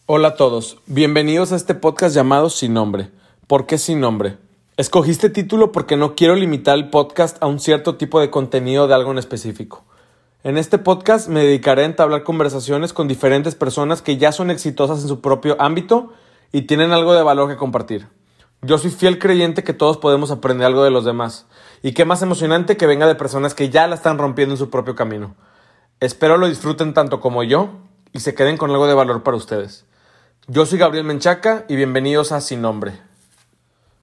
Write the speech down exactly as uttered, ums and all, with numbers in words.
Hola a todos, bienvenidos a este podcast llamado Sin Nombre. ¿Por qué Sin Nombre? Escogí este título porque no quiero limitar el podcast a un cierto tipo de contenido de algo en específico. En este podcast me dedicaré a entablar conversaciones con diferentes personas que ya son exitosas en su propio ámbito y tienen algo de valor que compartir. Yo soy fiel creyente que todos podemos aprender algo de los demás, y qué más emocionante que venga de personas que ya la están rompiendo en su propio camino. Espero lo disfruten tanto como yo y se queden con algo de valor para ustedes. Yo soy Gabriel Menchaca y bienvenidos a Sin Nombre.